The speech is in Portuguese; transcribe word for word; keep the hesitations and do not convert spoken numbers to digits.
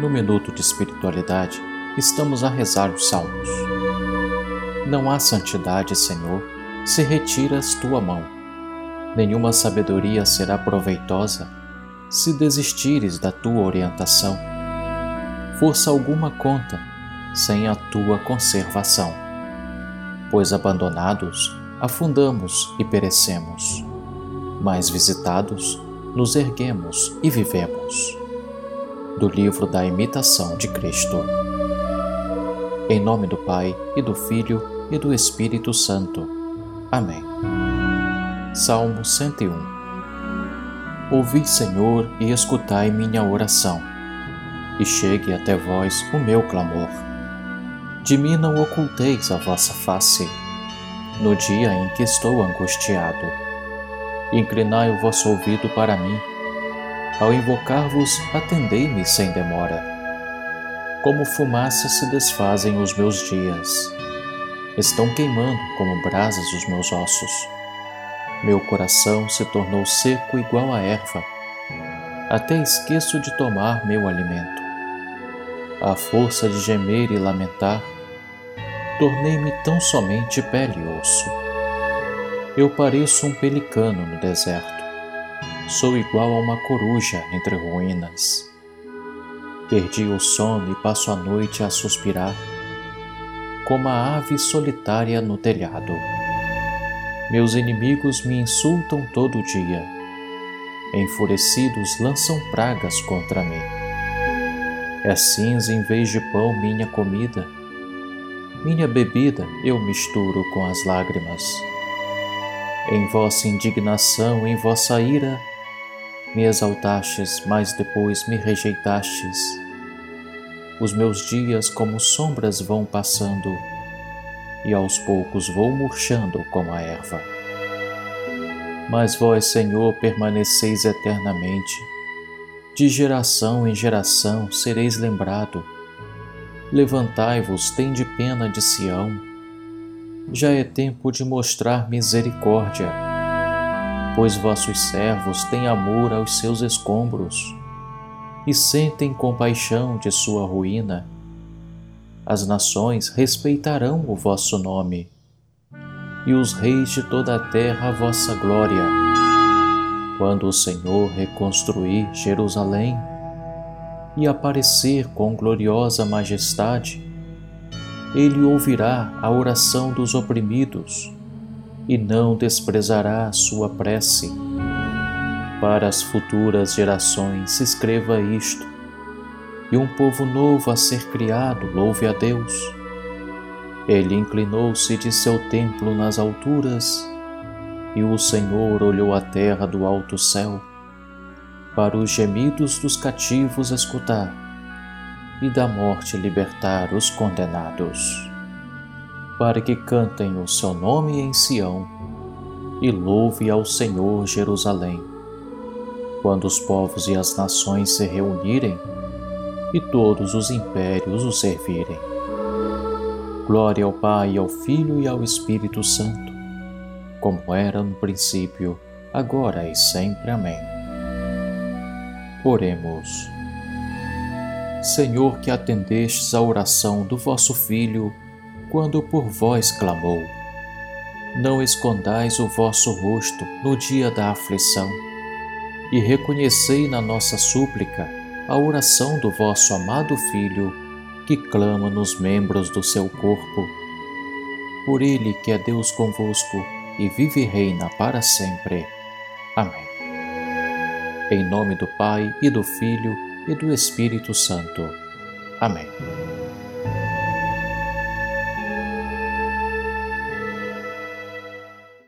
No minuto de espiritualidade, estamos a rezar os salmos. Não há santidade, Senhor, se retiras tua mão. Nenhuma sabedoria será proveitosa se desistires da tua orientação. Força alguma conta sem a tua conservação, pois abandonados afundamos e perecemos, mas visitados nos erguemos e vivemos. Do livro da Imitação de Cristo. Em nome do Pai, e do Filho, e do Espírito Santo. Amém. Salmo cento e um. Ouvi, Senhor, e escutai minha oração, e chegue até vós o meu clamor. De mim não oculteis a vossa face, no dia em que estou angustiado. Inclinai o vosso ouvido para mim. Ao invocar-vos, atendei-me sem demora. Como fumaça se desfazem os meus dias. Estão queimando como brasas os meus ossos. Meu coração se tornou seco igual a erva. Até esqueço de tomar meu alimento. À força de gemer e lamentar, tornei-me tão somente pele e osso. Eu pareço um pelicano no deserto. Sou igual a uma coruja entre ruínas. Perdi o sono e passo a noite a suspirar, como a ave solitária no telhado. Meus inimigos me insultam todo dia. Enfurecidos lançam pragas contra mim. É cinza em vez de pão minha comida. Minha bebida eu misturo com as lágrimas. Em vossa indignação, em vossa ira, me exaltastes, mas depois me rejeitastes. Os meus dias como sombras vão passando, e aos poucos vou murchando como a erva. Mas vós, Senhor, permaneceis eternamente. De geração em geração sereis lembrado. Levantai-vos, tende pena de Sião. Já é tempo de mostrar misericórdia, pois vossos servos têm amor aos seus escombros e sentem compaixão de sua ruína. As nações respeitarão o vosso nome, e os reis de toda a terra a vossa glória. Quando o Senhor reconstruir Jerusalém e aparecer com gloriosa majestade, Ele ouvirá a oração dos oprimidos e não desprezará a sua prece. Para as futuras gerações se escreva isto, e um povo novo a ser criado louve a Deus. Ele inclinou-se de seu templo nas alturas, e o Senhor olhou a terra do alto céu, para os gemidos dos cativos escutar, e da morte libertar os condenados, para que cantem o seu nome em Sião, e louve ao Senhor Jerusalém, quando os povos e as nações se reunirem, e todos os impérios o servirem. Glória ao Pai, ao Filho e ao Espírito Santo, como era no princípio, agora e sempre. Amém. Oremos. Senhor, que atendestes a oração do vosso Filho quando por vós clamou, não escondais o vosso rosto no dia da aflição, e reconhecei na nossa súplica a oração do vosso amado Filho, que clama nos membros do seu corpo. Por ele que é Deus convosco e vive e reina para sempre. Amém. Em nome do Pai, e do Filho, e do Espírito Santo. Amém.